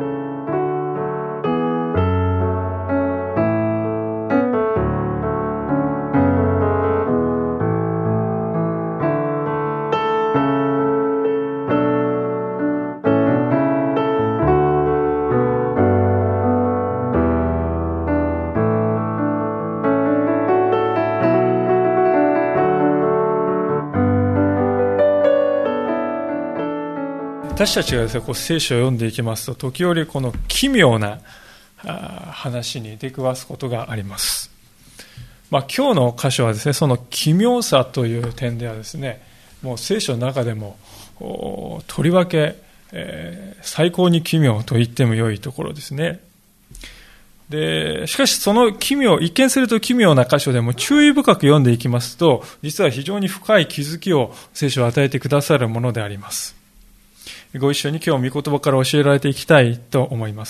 私たちがですね、聖書を読んでいきますと、時折この奇妙な話に出くわすことがあります。今日の箇所はですね、その奇妙さという点ではですね、もう聖書の中でもとりわけ、最高に奇妙と言っても良いところですね。でしかしその一見すると奇妙な箇所でも注意深く読んでいきますと、実は非常に深い気づきを聖書を与えてくださるものであります。ご一緒に今日御言葉から教えられていきたいと思います。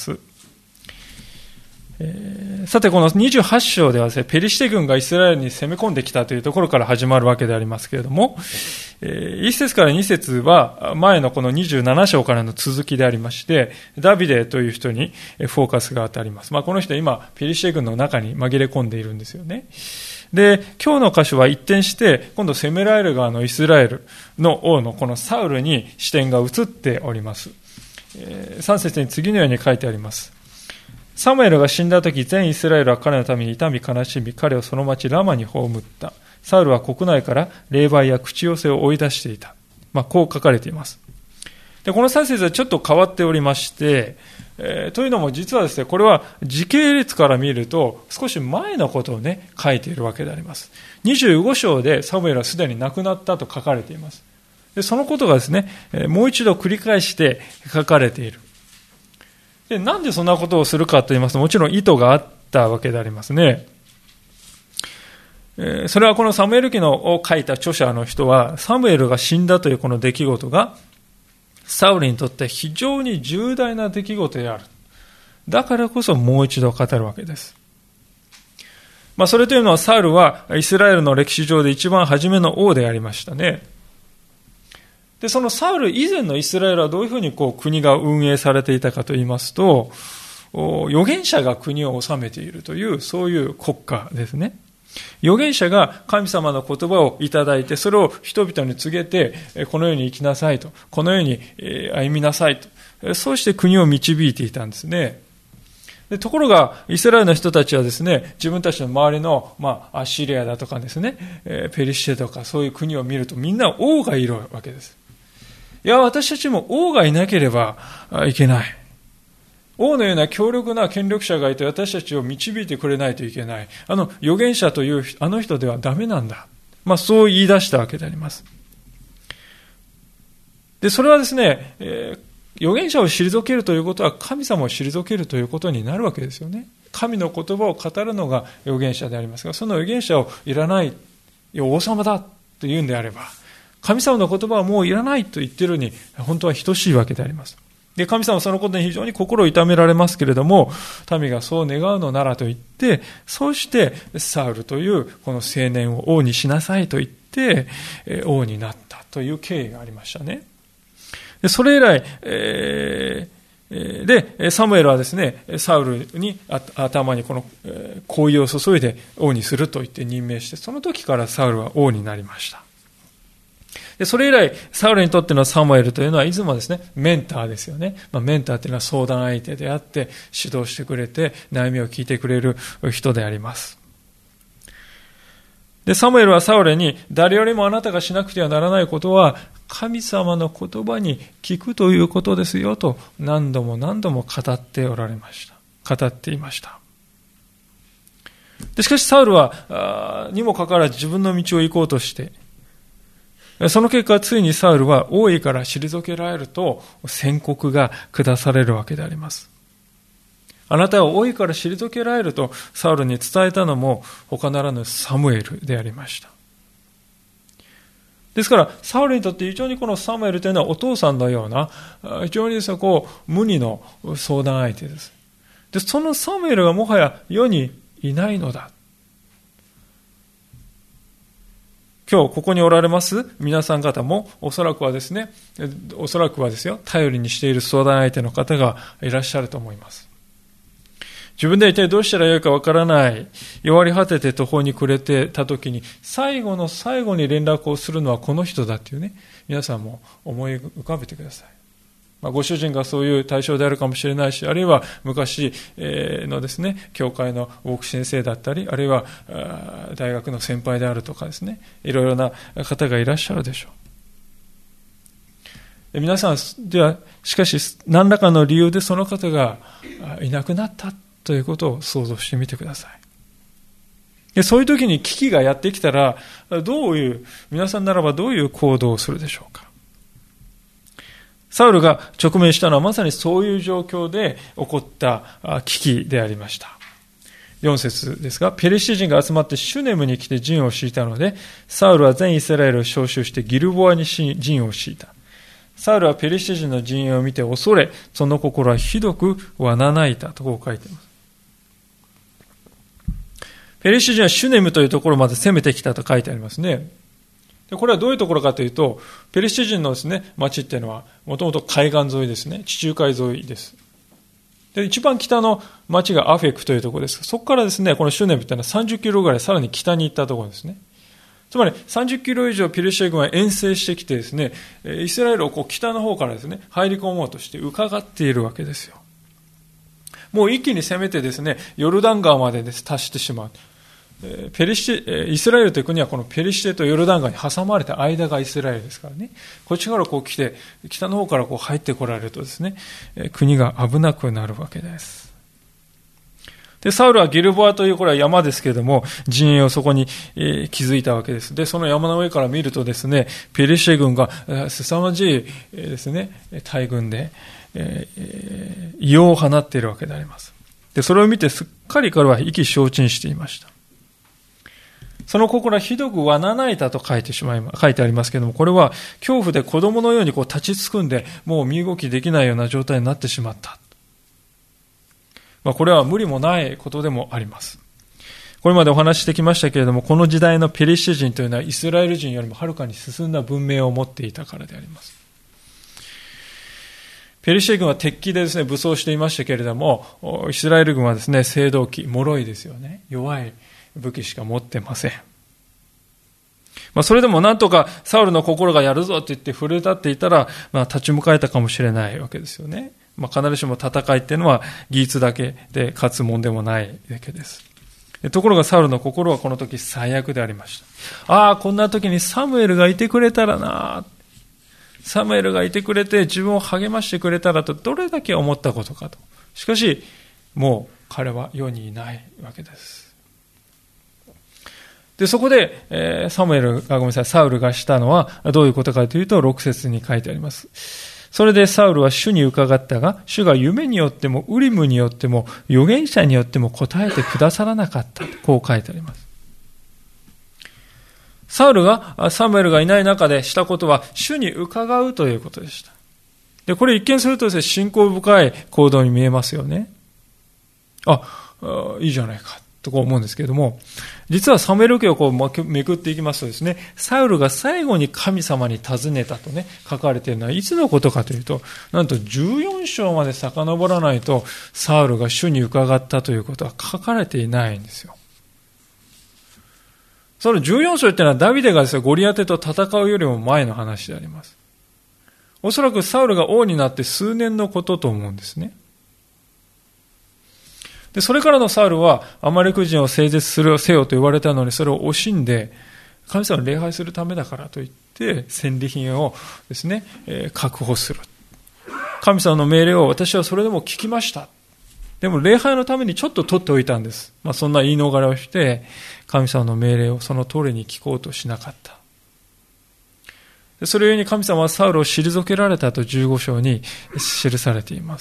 さてこの28章ではですね、ペリシテ軍がイスラエルに攻め込んできたというところから始まるわけでありますけれども、1節から2節は前のこの27章からの続きでありまして、ダビデという人にフォーカスが当たります。この人は今ペリシテ軍の中に紛れ込んでいるんですよね。で、今日の箇所は一転して、今度攻められる側のイスラエルの王のこのサウルに視点が移っております。3節に次のように書いてあります。サムエルが死んだ時、全イスラエルは彼のために痛み悲しみ、彼をその町ラマに葬った。サウルは国内から霊媒や口寄せを追い出していた。こう書かれています。で、この3節はちょっと変わっておりまして、というのも実はですね、これは時系列から見ると少し前のことをね、書いているわけであります。25章でサムエルはすでに亡くなったと書かれています。で、そのことがですね、もう一度繰り返して書かれている。で、なんでそんなことをするかと言いますと、もちろん意図があったわけでありますね。それはこのサムエル記を書いた著者の人は、サムエルが死んだというこの出来事がサウルにとって非常に重大な出来事である。だからこそもう一度語るわけです。それというのは、サウルはイスラエルの歴史上で一番初めの王でありましたね。で、そのサウル以前のイスラエルはどういうふうに国が運営されていたかと言いますと、預言者が国を治めているという、そういう国家ですね。預言者が神様の言葉をいただいて、それを人々に告げて、このように生きなさいと、このように歩みなさいと、そうして国を導いていたんですね。で、ところがイスラエルの人たちはですね、自分たちの周りの、アシリアだとかですね、ペリシテとかそういう国を見ると、みんな王がいるわけです。いや、私たちも王がいなければいけない。王のような強力な権力者がいて私たちを導いてくれないといけない。預言者というあの人ではダメなんだ。そう言い出したわけであります。で、それはですね、預言者を退けるということは神様を退けるということになるわけですよね。神の言葉を語るのが預言者でありますが、その預言者をいらない、王様だと言うんであれば、神様の言葉はもういらないと言っているに本当は等しいわけであります。で、神様はそのことに非常に心を痛められますけれども、民がそう願うのならと言って、そうしてサウルというこの青年を王にしなさいと言って王になったという経緯がありましたね。で、それ以来、でサムエルはですね、サウルに頭にこの香油を注いで王にすると言って任命して、その時からサウルは王になりました。で、それ以来、サウルにとってのサムエルというのはいつもですね、メンターですよね。メンターというのは相談相手であって、指導してくれて、悩みを聞いてくれる人であります。で、サムエルはサウルに、誰よりもあなたがしなくてはならないことは、神様の言葉に聞くということですよと、何度も何度も語っていました。で、しかしサウルは、にもかかわらず自分の道を行こうとして、その結果、ついにサウルは王位から退けられると宣告が下されるわけであります。あなたは王位から退けられるとサウルに伝えたのも他ならぬサムエルでありました。ですから、サウルにとって非常にこのサムエルというのはお父さんのような、非常に無二の相談相手です。で、そのサムエルがもはや世にいないのだ。 今日ここにおられます皆さん方もおそらくはですよ、頼りにしている相談相手の方がいらっしゃると思います。自分で一体どうしたらよいかわからない、弱り果てて途方に暮れてた時に、最後の最後に連絡をするのはこの人だっていうね、皆さんも思い浮かべてください。ご主人がそういう対象であるかもしれないし、あるいは昔のですね、教会の牧師先生だったり、あるいは大学の先輩であるとかですね、いろいろな方がいらっしゃるでしょう。皆さんでは、しかし何らかの理由でその方がいなくなったということを想像してみてください。で、そういう時に危機がやってきたら、皆さんならばどういう行動をするでしょうか。サウルが直面したのはまさにそういう状況で起こった危機でありました。4節ですが、ペリシテ人が集まってシュネムに来て陣を敷いたので、サウルは全イスラエルを招集してギルボアに陣を敷いた。サウルはペリシテ人の陣営を見て恐れ、その心はひどくわなないたとこう書いています。ペリシテ人はシュネムというところまで攻めてきたと書いてありますね。これはどういうところかというと、ペリシテ人のですね、町っていうのは、もともと海岸沿いですね、地中海沿いです。で、一番北の町がアフェクというところです。そこからですね、このシュネムっていうのは30キロぐらいさらに北に行ったところですね。つまり30キロ以上ペリシテ軍は遠征してきてですね、イスラエルを北の方からですね、入り込もうとして伺っているわけですよ。もう一気に攻めてですね、ヨルダン川まで達してしまう。イスラエルという国はこのペリシテとヨルダン川に挟まれた間がイスラエルですからね。こっちから来て、北の方から入ってこられるとですね、国が危なくなるわけです。で、サウルはギルボアというこれは山ですけれども、陣営をそこに築いたわけです。で、その山の上から見るとですね、ペリシテ軍が凄まじいですね、大軍で、異様を放っているわけであります。で、それを見てすっかり彼は意気消沈していました。その心はひどくわなないたと書いてありますけれども、これは恐怖で子供のように立ちすくんで、もう身動きできないような状態になってしまった。これは無理もないことでもあります。これまでお話ししてきましたけれども、この時代のペリシテ人というのはイスラエル人よりもはるかに進んだ文明を持っていたからであります。ペリシテ軍は鉄器でですね、武装していましたけれども、イスラエル軍はですね、青銅器、脆いですよね。弱い武器しか持ってません。それでもなんとかサウルの心がやるぞと言って奮い立っていたら、立ち向かえたかもしれないわけですよね。必ずしも戦いっていうのは技術だけで勝つもんでもないわけです。ところがサウルの心はこの時最悪でありました。こんな時にサムエルがいてくれたらな、サムエルがいてくれて自分を励ましてくれたらとどれだけ思ったことかと。しかしもう彼は世にいないわけです。で、そこで、サウルがしたのはどういうことかというと、6節に書いてあります。それでサウルは主に伺ったが、主が夢によっても、ウリムによっても、預言者によっても答えてくださらなかった。こう書いてあります。サムエルがいない中でしたことは、主に伺うということでした。で、これ一見するとですね、信仰深い行動に見えますよね。いいじゃないか。と思うんですけれども、実はサムエル記をめくっていきますとですね、サウルが最後に神様に尋ねたとね、書かれているのはいつのことかというと、なんと14章まで遡らないと、サウルが主に伺ったということは書かれていないんですよ。その14章っていうのはダビデがですね、ゴリアテと戦うよりも前の話であります。おそらくサウルが王になって数年のことと思うんですね。で、それからのサウルはアマレク人を征絶せよと言われたのに、それを惜しんで神様を礼拝するためだからといって戦利品をですね、確保する。神様の命令を私はそれでも聞きました。でも礼拝のためにちょっと取っておいたんです。そんな言い逃れをして神様の命令をその通りに聞こうとしなかった。それゆえに神様はサウルを退けられたと15章に記されています。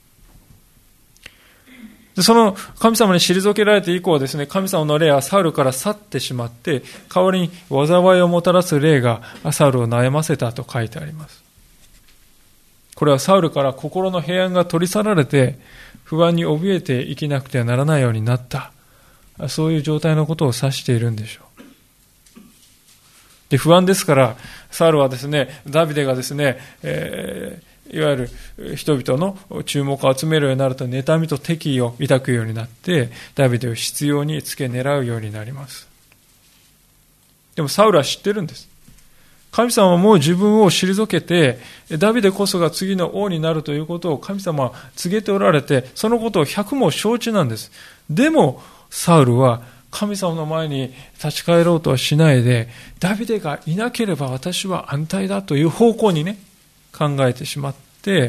その神様に退けられて以降はですね、神様の霊はサウルから去ってしまって、代わりに災いをもたらす霊がサウルを悩ませたと書いてあります。これはサウルから心の平安が取り去られて、不安に怯えて生きなくてはならないようになった。そういう状態のことを指しているんでしょう。 で、不安ですから、サウルはですね、ダビデがですね、いわゆる人々の注目を集めるようになると、妬みと敵意を抱くようになって、ダビデを執拗につけ狙うようになります。でもサウルは知ってるんです。神様はもう自分を退けて、ダビデこそが次の王になるということを神様は告げておられて、そのことを百も承知なんです。でも、サウルは神様の前に立ち返ろうとはしないで、ダビデがいなければ私は安泰だという方向にね、考えてしまって、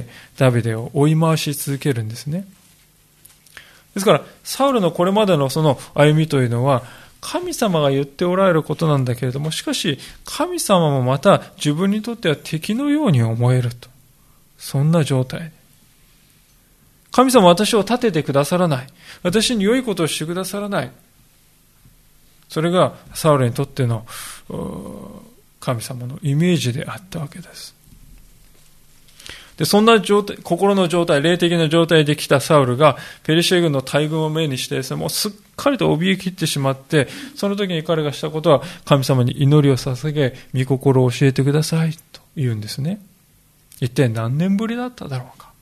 ダビデを追い回し続けるんですね。ですから、サウルのこれまでのその歩みというのは、神様が言っておられることなんだけれども、しかし神様もまた自分にとっては敵のように思えると。そんな状態。神様は私を立ててくださらない。私に良いことをしてくださらない。それがサウルにとっての神様のイメージであったわけです。で、そんな状態、心の状態、霊的な状態で来たサウルがペリシテ軍の大軍を目にしてですね、もうすっかりと怯え切ってしまって、その時に彼がしたことは神様に祈りを捧げ、御心を教えてくださいと言うんですね。一体何年ぶりだっただろうか。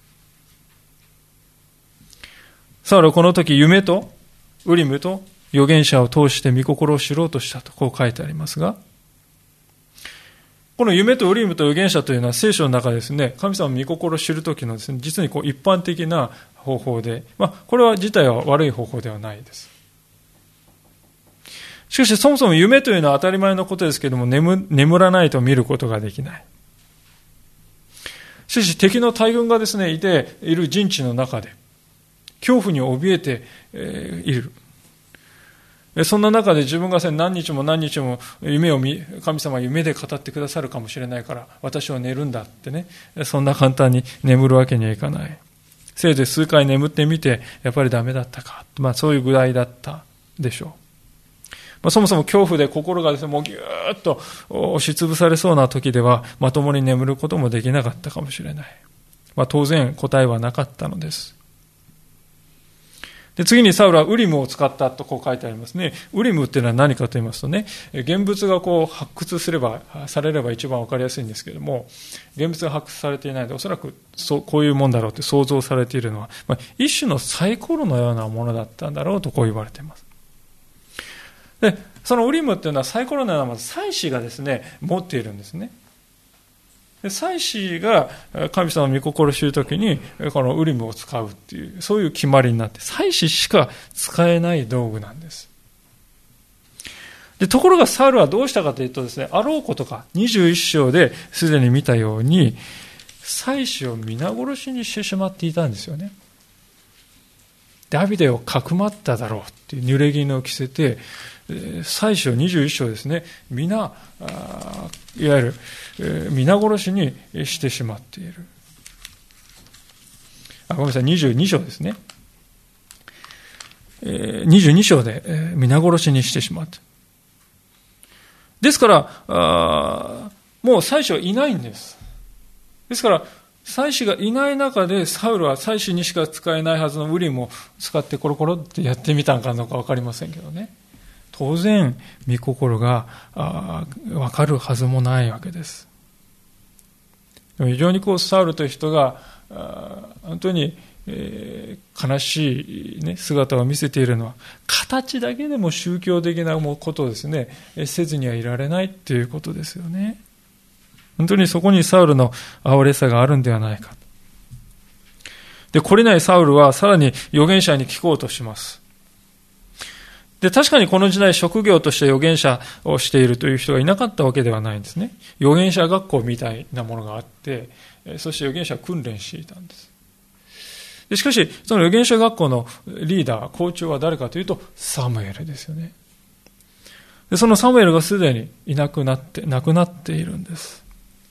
サウルはこの時夢とウリムと預言者を通して御心を知ろうとしたとこう書いてありますが、この夢とウリムと預言者というのは聖書の中でですね、神様の御心を知るときのですね、実にこう一般的な方法で、これは自体は悪い方法ではないです。しかしそもそも夢というのは当たり前のことですけれども、眠らないと見ることができない。しかし敵の大軍がですね、いる陣地の中で、恐怖に怯えている。そんな中で自分が何日も夢を神様は夢で語ってくださるかもしれないから私は寝るんだってね、そんな簡単に眠るわけにはいかない。せいぜい数回眠ってみてやっぱりダメだったか、そういうぐらいだったでしょう。そもそも恐怖で心がですね、もうぎゅーっと押しつぶされそうな時ではまともに眠ることもできなかったかもしれない。当然答えはなかったのです。で、次にサウルはウリムを使ったとこう書いてありますね。ウリムっていうのは何かと言いますとね、現物がこう発掘されれば一番わかりやすいんですけれども、現物が発掘されていないので、おそらくこういうもんだろうって想像されているのは、一種のサイコロのようなものだったんだろうとこう言われています。で、そのウリムっていうのはサイコロのようなもの、祭司がですね、持っているんですね。祭司が神様の御心を知るときにこのウリムを使うっていう、そういう決まりになって、祭司しか使えない道具なんです。で、ところがサウルはどうしたかというとですね、あろうことか21章ですでに見たように祭司を皆殺しにしてしまっていたんですよね。ダビデをかくまっただろうっていう濡れ衣を着せて、祭司を21章ですね、いわゆる皆殺しにしてしまっている。ごめんなさい、22章ですね。22章で皆殺しにしてしまった。ですからもう祭司はいないんです。ですから祭司がいない中でサウルは祭司にしか使えないはずのウリムを使ってコロコロってやってみたのかどうか分かりませんけどね。当然御心が分かるはずもないわけです。でも非常にサウルという人が本当に悲しい、姿を見せているのは、形だけでも宗教的なことをですねせずにはいられないということですよね。本当にそこにサウルの哀れさがあるんではないか。で、懲りないサウルはさらに預言者に聞こうとします。で、確かにこの時代職業として預言者をしているという人がいなかったわけではないんですね。預言者学校みたいなものがあって、そして預言者を訓練していたんです。でしかし、その預言者学校のリーダー、校長は誰かというと、サムエルですよね。で、そのサムエルがすでに亡くなっているんです。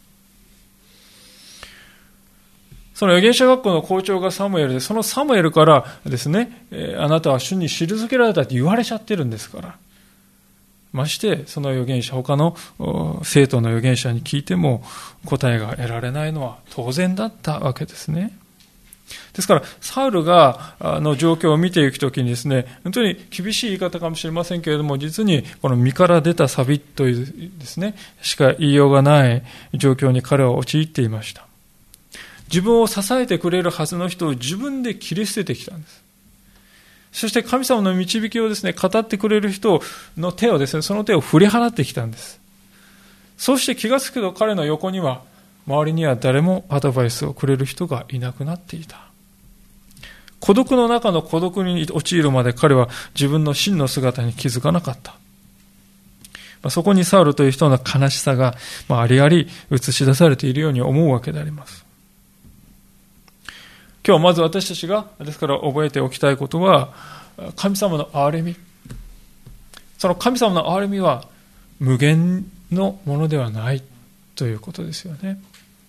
その預言者学校の校長がサムエルで、そのサムエルからですね、あなたは主に退けられたって言われちゃってるんですから。まして、その預言者、他の生徒の預言者に聞いても答えが得られないのは当然だったわけですね。 ですから、サウルがの状況を見ていくときにですね、本当に厳しい言い方かもしれませんけれども、実にこの身から出た錆というですね、しか言いようがない状況に彼は陥っていました。自分を支えてくれるはずの人を自分で切り捨ててきたんです。そして神様の導きをですね、語ってくれる人の手をですね、その手を振り払ってきたんです。そして気がつくと彼の横には、周りには誰もアドバイスをくれる人がいなくなっていた。孤独の中の孤独に陥るまで彼は自分の真の姿に気づかなかった。そこにサウルという人の悲しさがありあり映し出されているように思うわけであります。今日まず私たちがですから覚えておきたいことは、神様の憐れみ。その神様の憐れみは無限のものではないということですよね。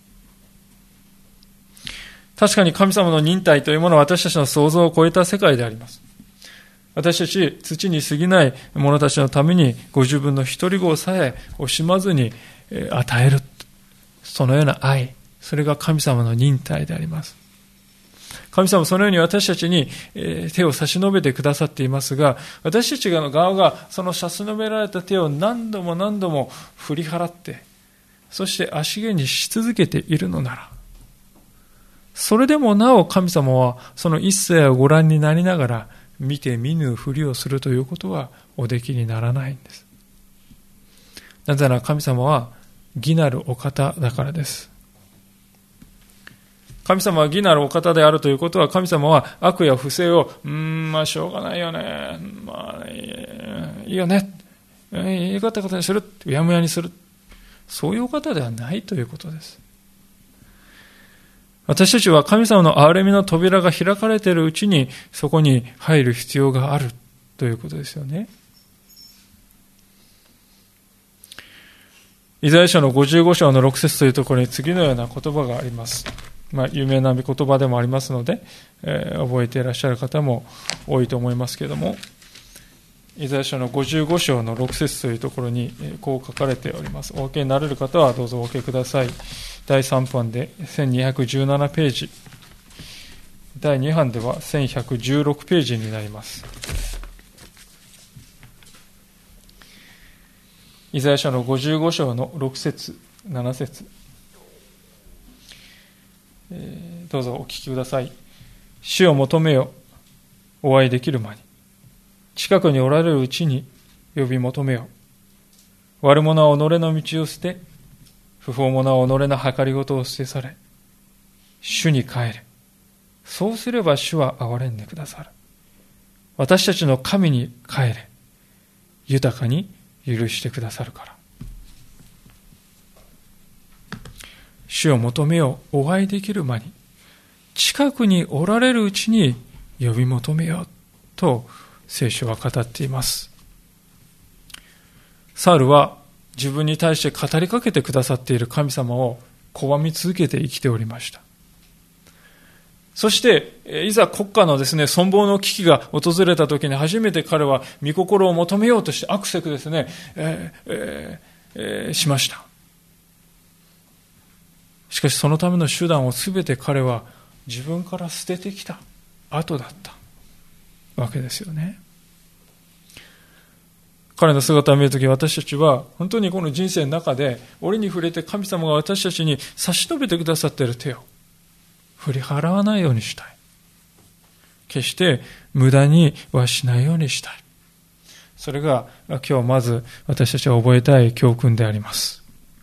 確かに神様の忍耐というものは私たちの想像を超えた世界であります。私たち土に過ぎない者たちのためにご自分の一人子さえ惜しまずに与える。そのような愛。それが神様の忍耐であります。神様はそのように私たちに手を差し伸べてくださっていますが、私たちの側がその差し伸べられた手を何度も何度も振り払って、そして足毛にし続けているのなら、それでもなお神様はその一切をご覧になりながら見て見ぬふりをするということはおできにならないんです。なぜなら神様は義なるお方だからです。神様は義なるお方であるということは、神様は悪や不正をしょうがないよね、いいよね、よかったことにする、うやむやにする、そういうお方ではないということです。私たちは神様の憐れみの扉が開かれているうちにそこに入る必要があるということですよね。イザヤ書の55章の6節というところに次のような言葉があります。有名な言葉でもありますので、覚えていらっしゃる方も多いと思いますけれども、イザヤ書の55章の6節というところにこう書かれております。お受けになれる方はどうぞお受けください。第3版で1217ページ、第2版では1116ページになります。イザヤ書の55章の6節7節、どうぞお聞きください。主を求めよ、お会いできる間に。近くにおられるうちに呼び求めよ。悪者は己の道を捨て、不法者は己の計りごとを捨て去れ。主に帰れ。そうすれば主は憐れんでくださる。私たちの神に帰れ。豊かに許してくださるから。主を求めよう、お会いできる間に、近くにおられるうちに呼び求めようと聖書は語っています。サウルは自分に対して語りかけてくださっている神様を拒み続けて生きておりました。そしていざ国家のですね、存亡の危機が訪れた時に初めて彼は御心を求めようとしてアクセクですね、しました。しかしそのための手段をすべて彼は自分から捨ててきた後だったわけですよね。彼の姿を見るとき、私たちは本当にこの人生の中で折に触れて神様が私たちに差し伸べてくださっている手を振り払わないようにしたい。決して無駄にはしないようにしたい。それが今日まず私たちが覚えたい教訓であります。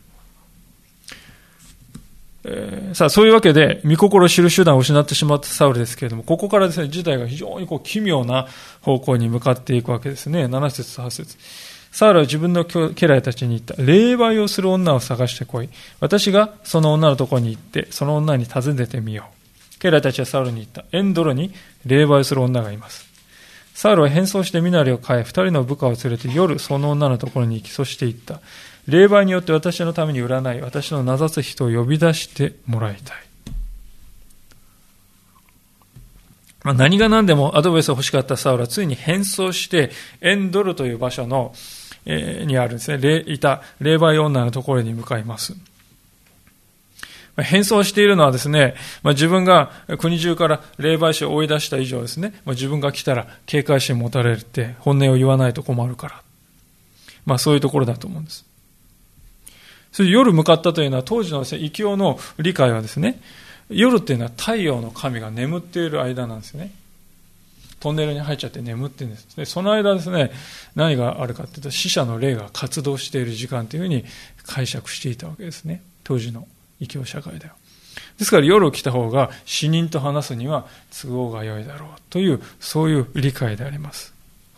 さあ、そういうわけで御心を知る手段を失ってしまったサウルですけれども、ここからですね、事態が非常に奇妙な方向に向かっていくわけですね。7節8節、サウルは自分の家来たちに言った。霊媒をする女を探してこい。私がその女のところに行ってその女に尋ねてみよう。家来たちはサウルに言った。エンドロに霊媒をする女がいます。サウルは変装して身なりを変え、二人の部下を連れて夜その女のところに行き、そして言った。霊媒によって私のために占い、私の名指す人を呼び出してもらいたい。何が何でもアドバイスが欲しかったサウルはついに変装してエンドルという場所の、にあるですね、いた霊媒女のところに向かいます。 変装しているのはですね、自分が国中から霊媒師を追い出した以上ですね、自分が来たら警戒心持たれるって本音を言わないと困るから。そういうところだと思うんです。それ夜向かったというのは当時のですね、異教の理解はですね、夜っていうのは太陽の神が眠っている間なんですよね。トンネルに入っちゃって眠っているんです。で、その間ですね、何があるかというと死者の霊が活動している時間というふうに解釈していたわけですね。当時の異教社会では。ですから夜来た方が死人と話すには都合が良いだろうという、そういう理解であります。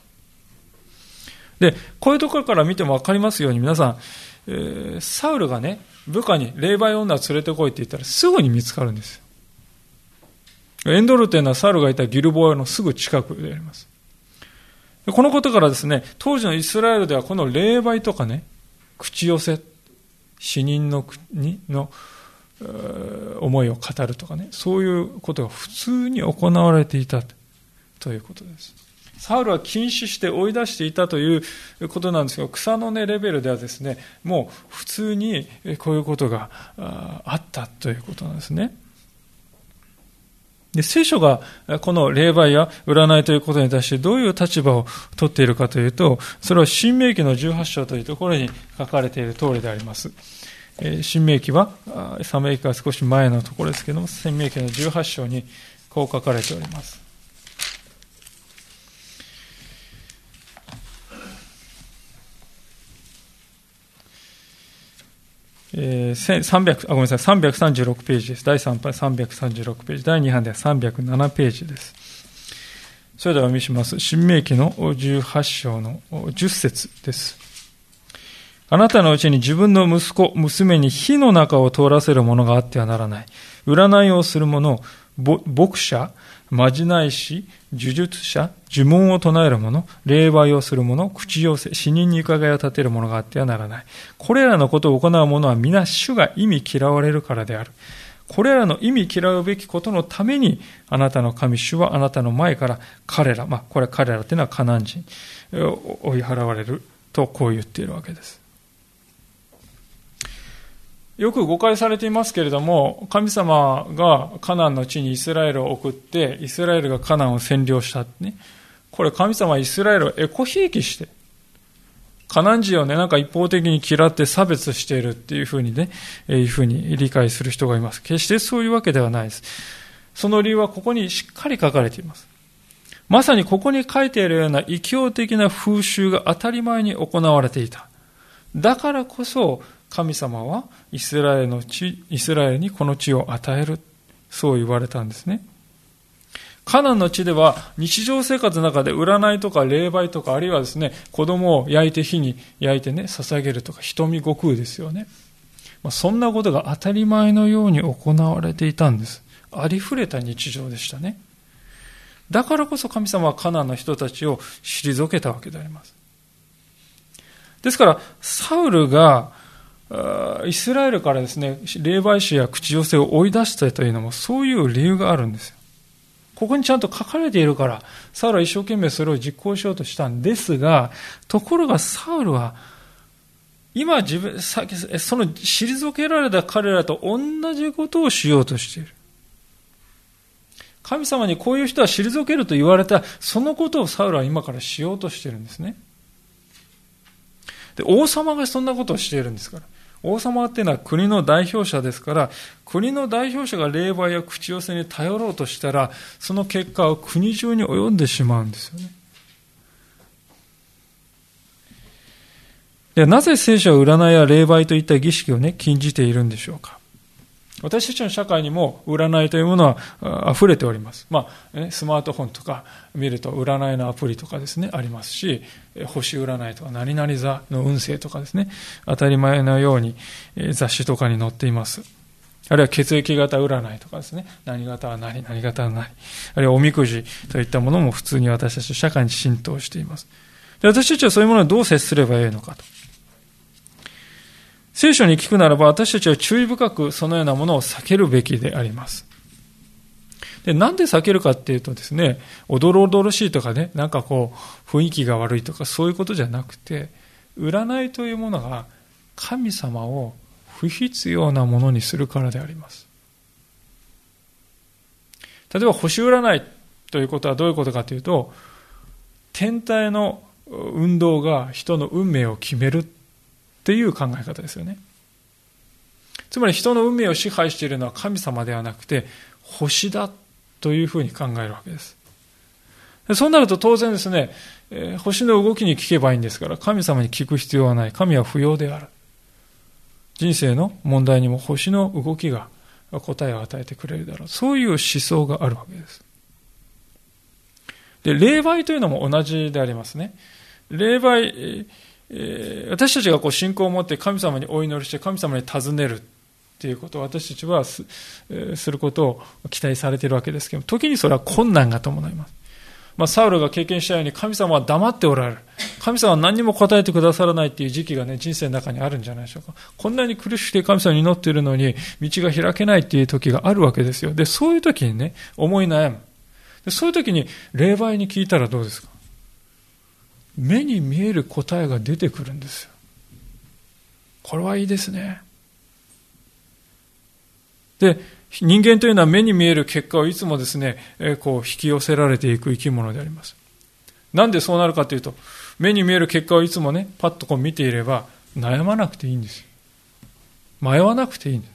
で、こういうところから見ても分かりますように皆さん、サウルがね、部下に霊媒女を連れてこいって言ったらすぐに見つかるんですよ。エンドルというのはサウルがいたギルボアのすぐ近くであります。このことからですね、当時のイスラエルではこの霊媒とかね、口寄せ、死人の思いを語るとかね、そういうことが普通に行われていたということです。サウルは禁止して追い出していたということなんですけど、草の根レベルではですね、もう普通にこういうことがあったということなんですね。で、聖書がこの霊媒や占いということに対してどういう立場を取っているかというと、それは申命記の18章というところに書かれている通りであります。申命記は、サムエル記から少し前のところですけども、申命記の18章にこう書かれております。336ページです。第3版336ページ。第2版では307ページです。それではお読みします。申命記の18章の10節です。あなたのうちに自分の息子、娘に火の中を通らせるものがあってはならない。占いをする者、牧者、まじない師、呪術者、呪文を唱える者、霊媒をする者、口寄せ、死人に伺いを立てる者があってはならない。これらのことを行う者は皆主が忌み嫌われるからである。これらの忌み嫌うべきことのために、あなたの神主はあなたの前から彼ら、これは彼らというのはカナン人、追い払われるとこう言っているわけです。よく誤解されていますけれども、神様がカナンの地にイスラエルを送って、イスラエルがカナンを占領した、ね。これ神様はイスラエルをエコひいきして、カナン人をね、一方的に嫌って差別しているっていうふうにね、理解する人がいます。決してそういうわけではないです。その理由はここにしっかり書かれています。まさにここに書いているような異教的な風習が当たり前に行われていた。だからこそ、神様はイスラエルにこの地を与える。そう言われたんですね。カナンの地では日常生活の中で占いとか霊媒とか、あるいはですね、子供を焼いて火に焼いてね、捧げるとか、瞳悟空ですよね。そんなことが当たり前のように行われていたんです。ありふれた日常でしたね。だからこそ神様はカナンの人たちを退けたわけであります。ですから、サウルがイスラエルからですね、霊媒師や口寄せを追い出したというのもそういう理由があるんですよ。ここにちゃんと書かれているから、サウルは一生懸命それを実行しようとしたんですが、ところがサウルは、今その退けられた彼らと同じことをしようとしている。神様にこういう人は退けると言われた、そのことをサウルは今からしようとしているんですね。で、王様がそんなことをしているんですから。王様っていうのは国の代表者ですから、国の代表者が霊媒や口寄せに頼ろうとしたら、その結果は国中に及んでしまうんですよね。で、なぜ聖書は占いや霊媒といった儀式をね、禁じているんでしょうか。私たちの社会にも占いというものは溢れております。スマートフォンとか見ると占いのアプリとかですね、ありますし、星占いとか何々座の運勢とかですね、当たり前のように雑誌とかに載っています。あるいは血液型占いとかですね、何型は何型は何、あるいはおみくじといったものも普通に私たちの社会に浸透しています。で、私たちはそういうものをどう接すればよいのかと。聖書に聞くならば、私たちは注意深くそのようなものを避けるべきであります。で、なんで避けるかっていうとですね、おどろおどろしいとかね、雰囲気が悪いとかそういうことじゃなくて、占いというものが神様を不必要なものにするからであります。例えば星占いということはどういうことかというと、天体の運動が人の運命を決めるっていう考え方ですよね。つまり人の運命を支配しているのは神様ではなくて星だというふうに考えるわけです。そうなると当然ですね、星の動きに聞けばいいんですから、神様に聞く必要はない。神は不要である。人生の問題にも星の動きが答えを与えてくれるだろう。そういう思想があるわけです。で、霊媒というのも同じでありますね。霊媒、私たちが信仰を持って神様にお祈りして神様に尋ねるということを私たちはすることを期待されているわけですけど、時にそれは困難が伴います。サウルが経験したように神様は黙っておられる。神様は何にも答えてくださらないという時期がね、人生の中にあるんじゃないでしょうか。こんなに苦しくて神様に祈っているのに道が開けないという時があるわけですよ。で、そういう時にね、思い悩む。で、そういう時に霊媒に聞いたらどうですか。目に見える答えが出てくるんですよ。これはいいですね。で、人間というのは目に見える結果をいつもですね、引き寄せられていく生き物であります。なんでそうなるかというと、目に見える結果をいつもね、パッと見ていれば悩まなくていいんですよ。迷わなくていいんです。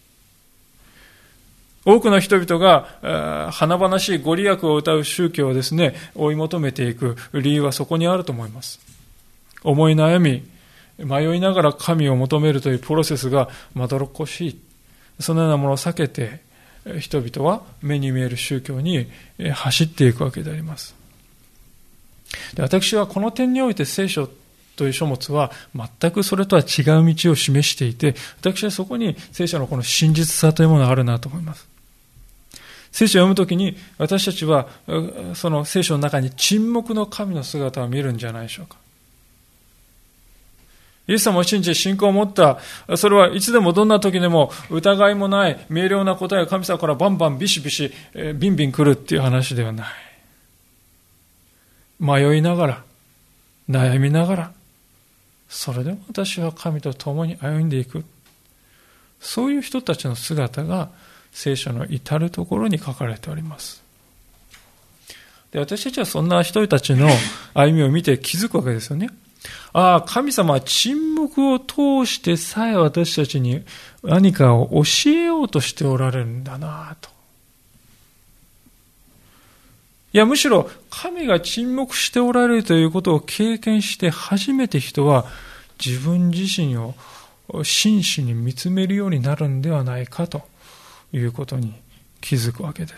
多くの人々が華々しいご利益を謳う宗教をですね、追い求めていく理由はそこにあると思います。思い悩み、迷いながら神を求めるというプロセスがまどろっこしい。そのようなものを避けて人々は目に見える宗教に走っていくわけであります。で、私はこの点において聖書という書物は全くそれとは違う道を示していて、私はそこに聖書のこの真実さというものがあるなと思います。聖書を読むときに私たちはその聖書の中に沈黙の神の姿を見るんじゃないでしょうか。イエス様を信じて信仰を持った、それはいつでもどんな時でも疑いもない明瞭な答えが神様からバンバンビシビシビンビン来るっていう話ではない。迷いながら悩みながら、それでも私は神と共に歩んでいく、そういう人たちの姿が聖書の至るところに書かれております。で、私たちはそんな人たちの歩みを見て気づくわけですよね。ああ、神様は沈黙を通してさえ私たちに何かを教えようとしておられるんだなと。いや、むしろ神が沈黙しておられるということを経験して初めて人は自分自身を真摯に見つめるようになるんではないかということに気づくわけです。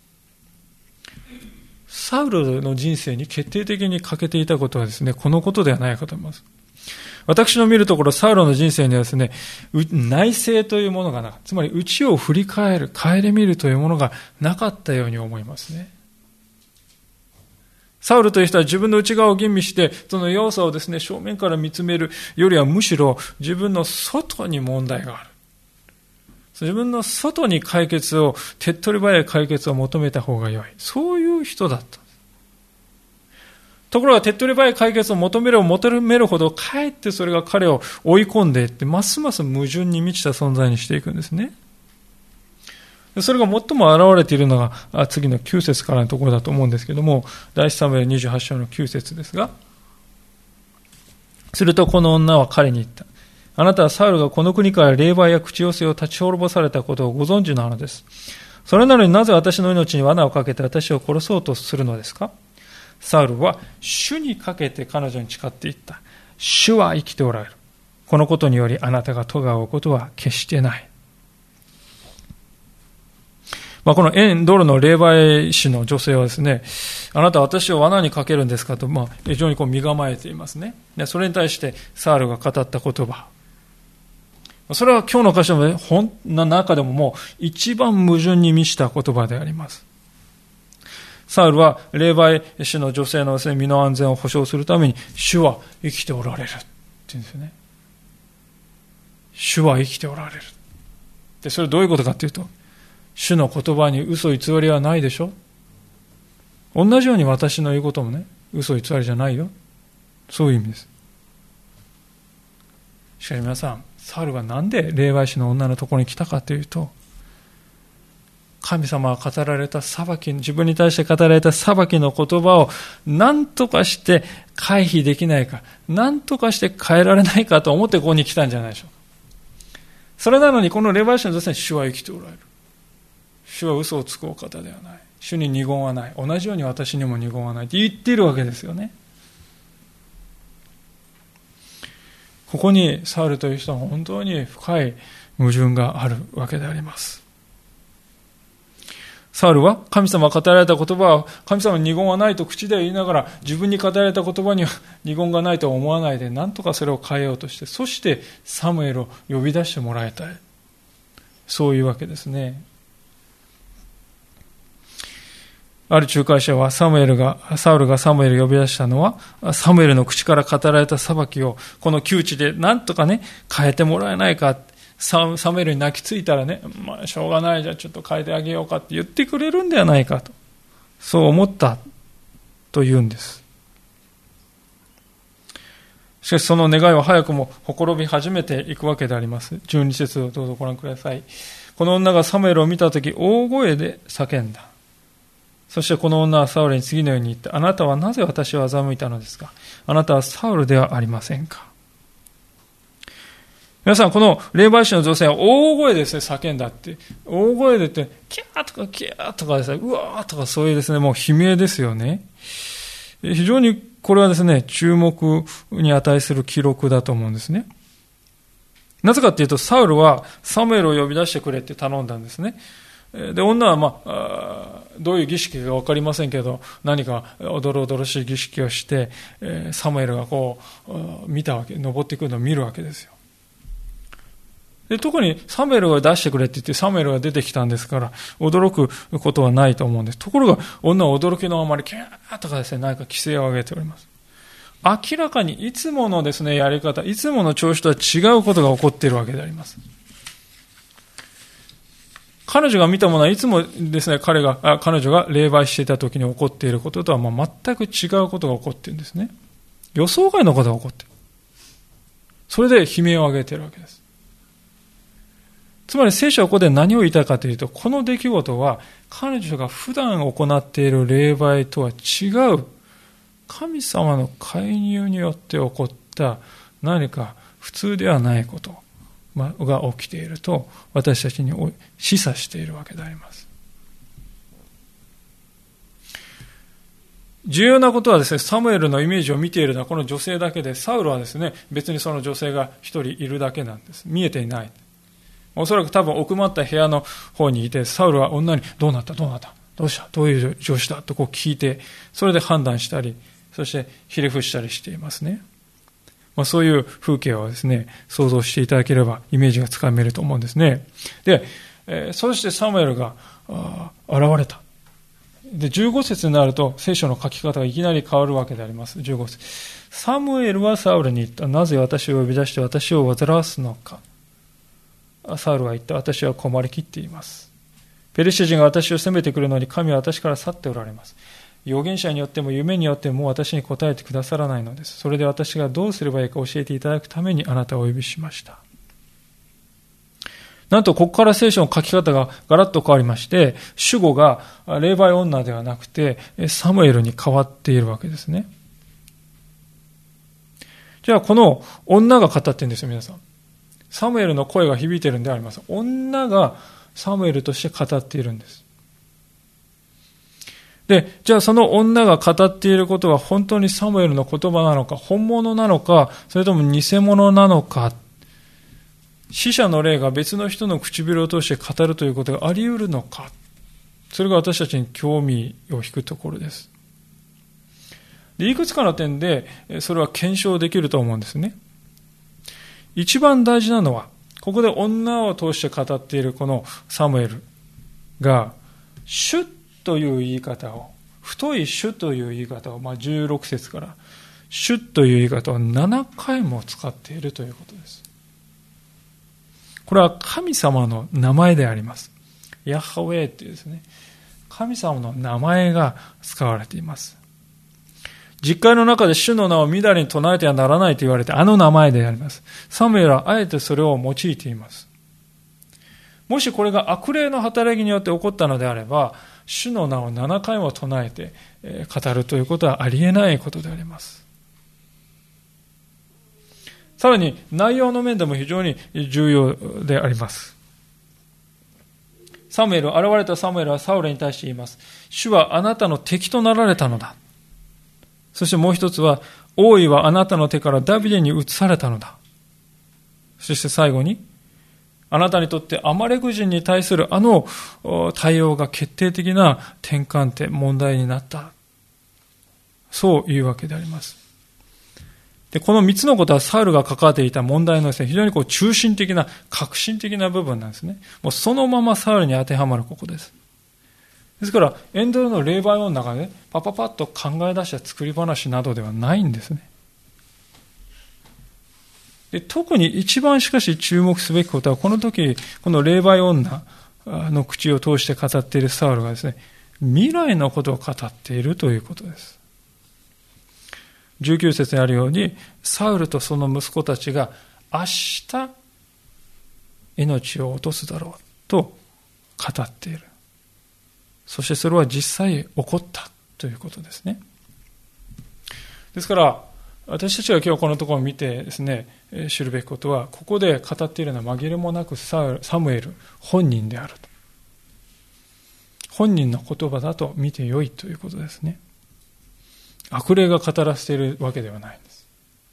サウルの人生に決定的に欠けていたことはですね、このことではないかと思います。私の見るところ、サウルの人生にはですね、内省というものがなかった。つまり内を振り返る、顧みるというものがなかったように思いますね。サウルという人は自分の内側を吟味して、その要素をですね、正面から見つめるよりはむしろ自分の外に問題がある。自分の外に解決を、手っ取り早い解決を求めた方が良い。そういう人だった。ところが手っ取り早い解決を求めるほど、かえってそれが彼を追い込んでいって、ますます矛盾に満ちた存在にしていくんですね。それが最も現れているのが次の9節からのところだと思うんですけども、第一サムエル28章の9節ですが、するとこの女は彼に言った。あなたはサウルがこの国から霊媒や口寄せを立ち滅ぼされたことをご存知なのです。それなのになぜ私の命に罠をかけて私を殺そうとするのですか。サウルは主にかけて彼女に誓っていった。主は生きておられる。このことによりあなたが咎を負うことは決してない。このエンドルの霊媒師の女性はですね、あなたは私を罠にかけるんですかと、非常に身構えていますね。それに対してサウルが語った言葉。それは今日の箇所の中でももう一番矛盾に満ちた言葉であります。サウルは霊媒師の女性の身の安全を保障するために主は生きておられるって言うんですよね。主は生きておられる。で、それどういうことかというと、主の言葉に嘘偽りはないでしょ。同じように私の言うこともね、嘘偽りじゃないよ。そういう意味です。しかし皆さん、 サウルがなんで霊媒師の女のところに来たかというと、神様が語られた裁き、自分に対して語られた裁きの言葉を何とかして回避できないか、何とかして変えられないかと思ってここに来たんじゃないでしょうか。それなのにこの霊媒師の女性に主は生きておられる。主は嘘をつくお方ではない。主に二言はない。同じように私にも二言はないって言っているわけですよね。ここにサウルという人は本当に深い矛盾があるわけであります。サウルは神様が語られた言葉は神様に二言はないと口では言いながら、自分に語られた言葉には二言がないとは思わないで、何とかそれを変えようとして、そしてサムエルを呼び出してもらいたい。そういうわけですね。ある仲介者はサウルがサムエルを呼び出したのは、サムエルの口から語られた裁きをこの窮地で何とかね、変えてもらえないか。サムエルに泣きついたらね、しょうがない、じゃあちょっと変えてあげようかって言ってくれるんではないかと、そう思ったというんです。しかしその願いは早くもほころび始めていくわけであります。12節をどうぞご覧ください。この女がサムエルを見たとき大声で叫んだ。そしてこの女はサウルに次のように言った。あなたはなぜ私を欺いたのですか。あなたはサウルではありませんか。皆さん、この霊媒師の女性は大声でですね、叫んだって。大声で言って、キャーとかキャーとかですね、うわーとかそういうですね、もう悲鳴ですよね。非常にこれはですね、注目に値する記録だと思うんですね。なぜかっていうと、サウルはサムエルを呼び出してくれって頼んだんですね。で、女はどういう儀式かわかりませんけど、何かおどろおどろしい儀式をして、サムエルがこう、見たわけ、登ってくるのを見るわけですよ。で、特にサムエルが出してくれって言ってサムエルが出てきたんですから驚くことはないと思うんです。ところが女は驚きのあまりキャーとかですね、何か規制を上げております。明らかにいつものですね、やり方、いつもの調子とは違うことが起こっているわけであります。彼女が見たものはいつもですね、彼女が霊媒していた時に起こっていることとは全く違うことが起こっているんですね。予想外のことが起こっている。それで悲鳴を上げているわけです。つまり聖書はここで何を言いたいかというと、この出来事は彼女が普段行っている霊媒とは違う神様の介入によって起こった何か普通ではないことが起きていると私たちに示唆しているわけであります。重要なことはですね、サムエルのイメージを見ているのはこの女性だけで、サウルはですね、別にその女性が一人いるだけなんです。見えていない。おそらく多分奥まった部屋の方にいて、サウルは女にどうなったどうしたどういう調子だとこう聞いて、それで判断したり、そしてひれ伏したりしていますね。そういう風景をですね、想像していただければイメージがつかめると思うんですね。で、そしてサムエルが現れた。で、15節になると聖書の書き方がいきなり変わるわけであります。15節。サムエルはサウルに言った。なぜ私を呼び出して私を煩わすのか。サウルは言った。私は困りきっています。ペリシテ人が私を責めてくるのに神は私から去っておられます。預言者によっても夢によってももう私に答えてくださらないのです。それで私がどうすればいいか教えていただくためにあなたをお呼びしました。なんとここから聖書の書き方がガラッと変わりまして、主語が霊媒女ではなくてサムエルに変わっているわけですね。じゃあこの女が語っているんですよ、皆さん。サムエルの声が響いているんではありません。女がサムエルとして語っているんです。で、じゃあその女が語っていることは本当にサムエルの言葉なのか、本物なのか、それとも偽物なのか、死者の霊が別の人の唇を通して語るということがあり得るのか、それが私たちに興味を引くところです。で、いくつかの点でそれは検証できると思うんですね。一番大事なのは、ここで女を通して語っているこのサムエルが、主という言い方を、太い主という言い方を、16節から、主という言い方を7回も使っているということです。これは神様の名前であります。ヤハウェイというですね、神様の名前が使われています。 実会の中で主の名をみだりに唱えてはならないと言われて、あの名前であります。サムエルはあえてそれを用いています。もしこれが悪霊の働きによって起こったのであれば、主の名を7回も唱えて語るということはありえないことであります。さらに内容の面でも非常に重要であります。現れたサムエルはサウルに対して言います。主はあなたの敵となられたのだ。そしてもう一つは、王位はあなたの手からダビデに移されたのだ。そして最後に、あなたにとってアマレク人に対するあの対応が決定的な転換点、問題になった。そういうわけであります。で、この3つのことはサウルが関わっていた問題の非常に中心的な、革新的な部分なんですね。もうそのままサウルに当てはまるここです。ですから、エンドルの霊媒の中でパパパッと考え出した作り話などではないんですね。で、特に一番しかし注目すべきことは、この時、この霊媒女の口を通して語っているサウルがですね、未来のことを語っているということです。19節にあるように、サウルとその息子たちが明日命を落とすだろうと語っている。そしてそれは実際起こったということですね。ですから、私たちが今日このところを見てですね、知るべきことは、ここで語っているのは紛れもなくサムエル本人であると。本人の言葉だと見てよいということですね。悪霊が語らせているわけではないんです。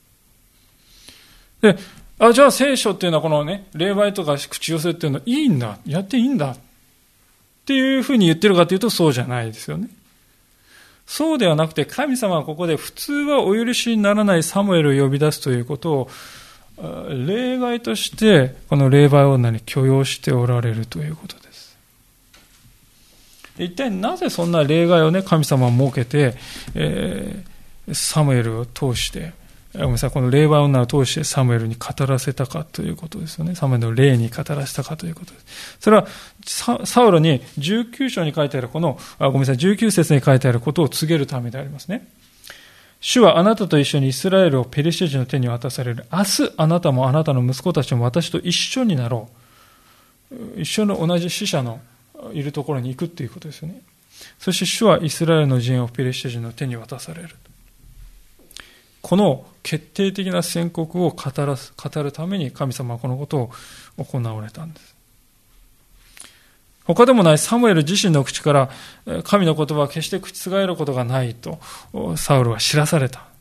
で、じゃあ聖書っていうのはこのね、霊媒とか口寄せっていうのはいいんだ、やっていいんだっていうふうに言ってるかというとそうじゃないですよね。そうではなくて、神様はここで普通はお許しにならないサムエルを呼び出すということを例外としてこの霊媒女に許容しておられるということです。一体なぜそんな例外をね、神様は設けて、サムエルを通して、この霊媒女を通してサムエルに語らせたかということですよね。サムエルの霊に語らせたかということです。それはサウロに19章に書いてある19節に書いてあることを告げるためでありますね。主はあなたと一緒にイスラエルをペリシテ人の手に渡される。明日あなたもあなたの息子たちも私と一緒になろう。一緒の同じ死者のいるところに行くということですよね。そして主はイスラエルの陣をペリシテ人の手に渡される。この決定的な宣告を語るために神様はこのことを行われたんです。他でもないサムエル自身の口から神の言葉は決して覆ることがないとサウルは知らされた。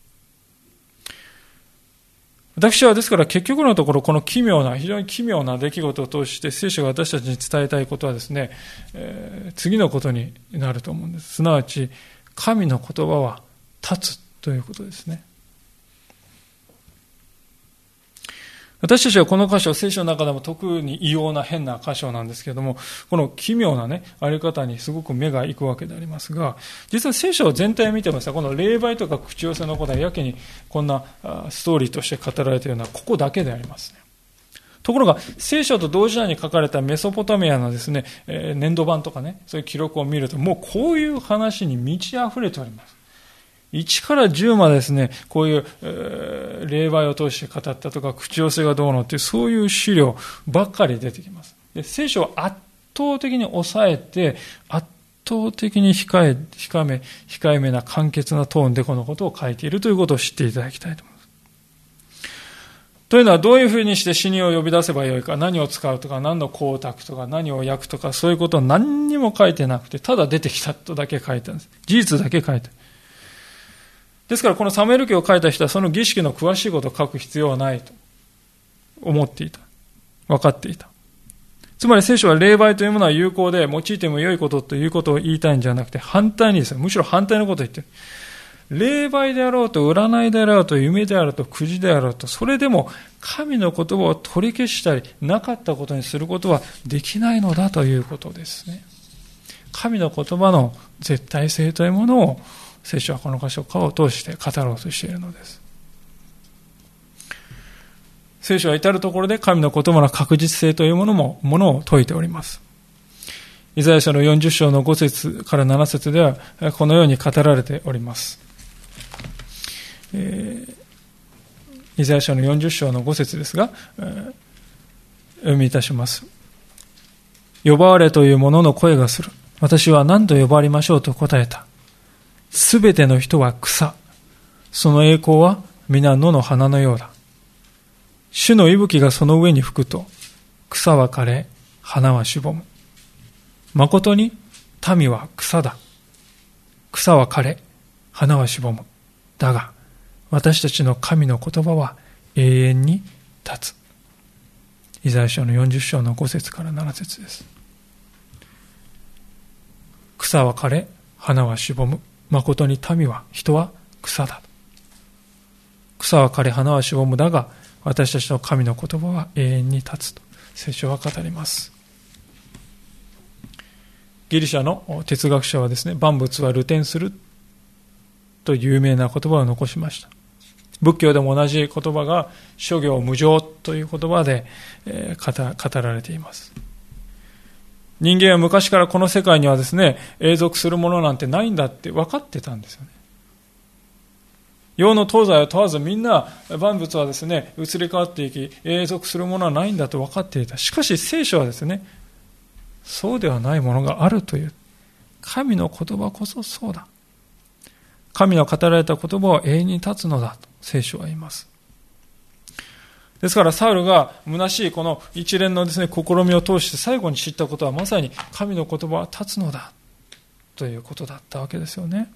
私はですから結局のところこの非常に奇妙な出来事を通して聖書が私たちに伝えたいことはですね、次のことになると思うんです。すなわち神の言葉は立つということですね。私たちはこの箇所、聖書の中でも特に異様な変な箇所なんですけれども、この奇妙なね、あり方にすごく目が行くわけでありますが、実は聖書全体を見てもこの霊媒とか口寄せのことはやけにこんなストーリーとして語られているのはここだけでありますね。ところが、聖書と同時代に書かれたメソポタミアのですね、粘土板とかね、そういう記録を見ると、もうこういう話に満ち溢れております。1から10までですね、こういう、霊媒を通して語ったとか、口寄せがどうのっていう、そういう資料ばっかり出てきます。で、聖書は圧倒的に抑えて、圧倒的に控えめな簡潔なトーンでこのことを書いているということを知っていただきたいと思います。というのは、どういうふうにして死人を呼び出せばよいか、何を使うとか、何の光沢とか、何を焼くとか、そういうことは何にも書いてなくて、ただ出てきたとだけ書いてあるんです。事実だけ書いてある。ですからこのサムエル記を書いた人はその儀式の詳しいことを書く必要はないと思っていた。分かっていた。つまり聖書は霊媒というものは有効で用いても良いことということを言いたいんじゃなくて反対にですよ。むしろ反対のことを言っている。霊媒であろうと占いであろうと夢であろうとくじであろうとそれでも神の言葉を取り消したりなかったことにすることはできないのだということですね。神の言葉の絶対性というものを聖書はこの箇所を通して語ろうとしているのです。聖書は至るところで神の言葉の確実性というものを説いております。イザヤ書の40章の5節から7節ではこのように語られております。 イザヤ書の40章の5節ですが、読みいたします。呼ばわれという者の声がする。私は何と呼ばれましょうと答えた。すべての人は草。その栄光は皆野の花のようだ。主の息吹がその上に吹くと、草は枯れ、花はしぼむ。誠に民は草だ。草は枯れ、花はしぼむ。だが、私たちの神の言葉は永遠に立つ。イザヤ書の40章の5節から7節です。草は枯れ、花はしぼむ。誠に民は、人は草だ。草は枯れ、花はしぼむ。だが、私たちの神の言葉は永遠に立つと聖書は語ります。ギリシャの哲学者はですね、万物は流転するという有名な言葉を残しました。仏教でも同じ言葉が諸行無常という言葉で語られています。人間は昔からこの世界にはですね、永続するものなんてないんだって分かってたんですよね。洋の東西を問わずみんな万物はですね、移り変わっていき、永続するものはないんだと分かっていた。しかし聖書はですね、そうではないものがあるという。神の言葉こそそうだ。神の語られた言葉は永遠に立つのだと聖書は言います。ですからサウルが虚しいこの一連のですね、試みを通して最後に知ったことはまさに神の言葉は立つのだということだったわけですよね。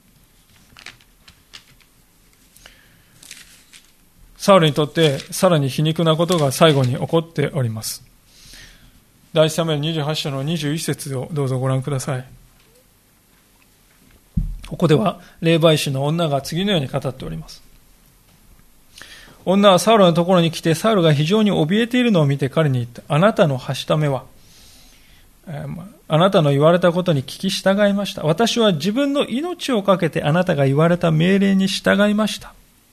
サウルにとってさらに皮肉なことが最後に起こっております。第一サムエル28章の21節をどうぞご覧ください。ここでは霊媒師の女が次のように語っております。女はサウルのところに来て、サウルが非常に怯えているのを見て彼に言った。あなたのはしためは、あなたの言われたことに聞き従いました。私は自分の命をかけてあなたが言われた命令に従いました。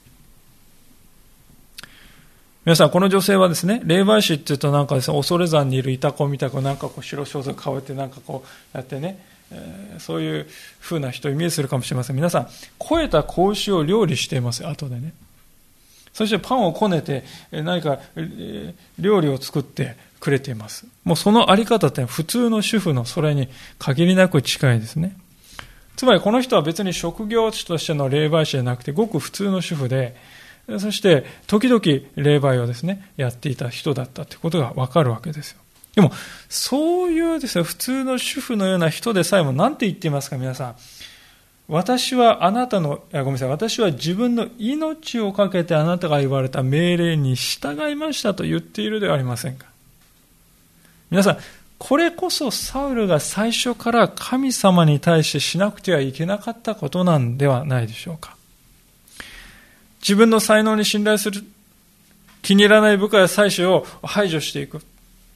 皆さん、この女性はですね、霊媒師って言うとなんかですね、恐山にいるイタコみたくなんかこう白装束かぶってなんかこうやってね、そういう風な人をイメージするかもしれません。皆さん、肥えた子牛を料理していますよ、後でね。そしてパンをこねて何か料理を作ってくれています。もうそのあり方って普通の主婦のそれに限りなく近いですね。つまりこの人は別に職業としての霊媒師じゃなくてごく普通の主婦で、そして時々霊媒をですねやっていた人だったということがわかるわけですよ。でもそういうですね普通の主婦のような人でさえも何て言っていますか皆さん。私は自分の命をかけてあなたが言われた命令に従いましたと言っているではありませんか。皆さん、これこそサウルが最初から神様に対してしなくてはいけなかったことなんではないでしょうか。自分の才能に信頼する、気に入らない部下や妻子を排除していく。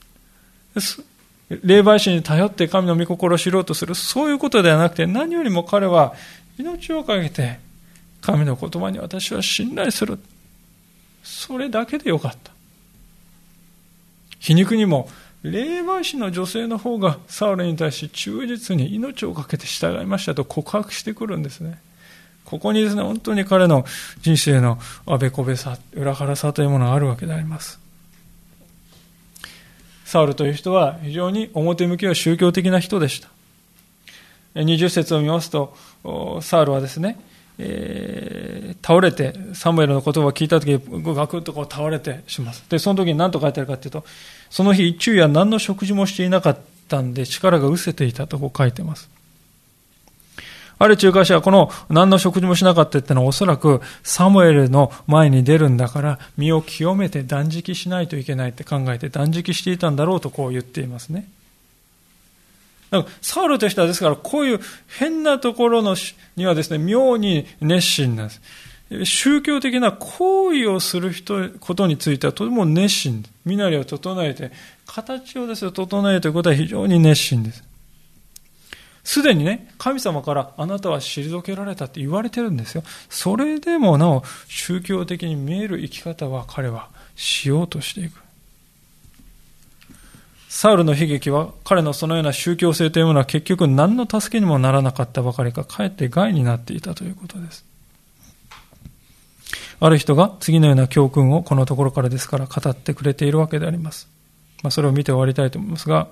霊媒師に頼って神の御心を知ろうとする、そういうことではなくて、何よりも彼は命をかけて神の言葉に私は信頼する。それだけでよかった。皮肉にも霊媒師の女性の方がサウルに対し忠実に命をかけて従いましたと告白してくるんですね。ここにですね、本当に彼の人生のあべこべさ、裏腹さというものがあるわけであります。サウルという人は非常に表向きは宗教的な人でした。20節を見ますと、サウルはですね、倒れて、サムエルの言葉を聞いたとき、ガクッとこう倒れてします。で、その時に何と書いてあるかというと、その日一昼夜何の食事もしていなかったんで、力が失せていたとこう書いています。ある仲介者はこの何の食事もしなかったってのはおそらくサムエルの前に出るんだから身を清めて断食しないといけないって考えて断食していたんだろうとこう言っていますね。だからサウルという人はですからこういう変なところにはですね妙に熱心なんです。宗教的な行為をすることについてはとても熱心です。身なりを整えて形をですね整えるということは非常に熱心です。すでにね、神様からあなたは退けられたって言われてるんですよ。それでもなお宗教的に見える生き方は彼はしようとしていく。サウルの悲劇は彼のそのような宗教性というものは結局何の助けにもならなかったばかりかかえって害になっていたということです。 ある人が次のような教訓をこのところからですから語ってくれているわけであります。それを見て終わりたいと思いますが、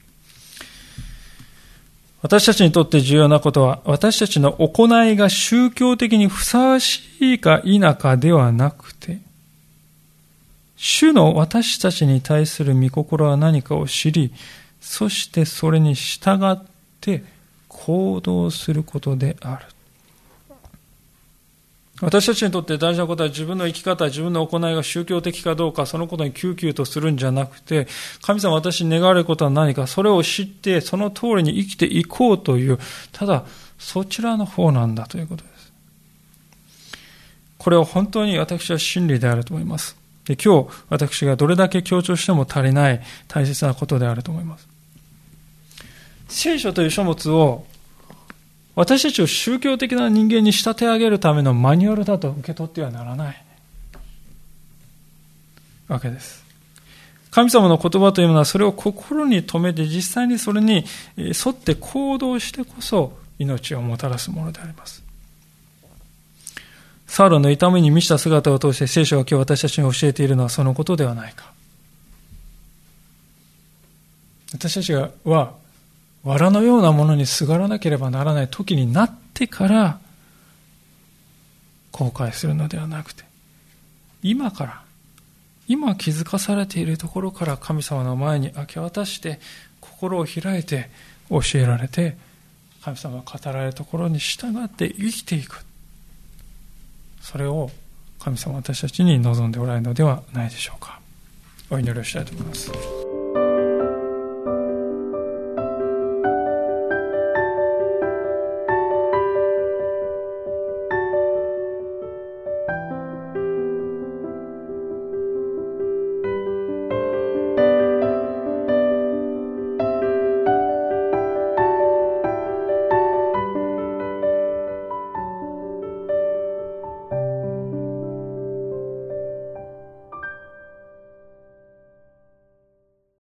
私たちにとって重要なことは、私たちの行いが宗教的にふさわしいか否かではなくて、主の私たちに対する御心は何かを知り、そしてそれに従って行動することである。私たちにとって大事なことは、自分の生き方、自分の行いが宗教的かどうか、そのことに救急とするんじゃなくて、神様私に願われることは何か、それを知ってその通りに生きていこうという、ただそちらの方なんだということです。これは本当に私は真理であると思います。で、今日私がどれだけ強調しても足りない大切なことであると思います。聖書という書物を私たちを宗教的な人間に仕立て上げるためのマニュアルだと受け取ってはならないわけです。神様の言葉というのはそれを心に留めて実際にそれに沿って行動してこそ命をもたらすものであります。サウロの痛みに満ちた姿を通して聖書が今日私たちに教えているのはそのことではないか。私たちは藁のようなものにすがらなければならない時になってから後悔するのではなくて、今気づかされているところから神様の前に明け渡して心を開いて教えられて、神様が語られるところに従って生きていく。それを神様は私たちに望んでおられるのではないでしょうか。お祈りをしたいと思います。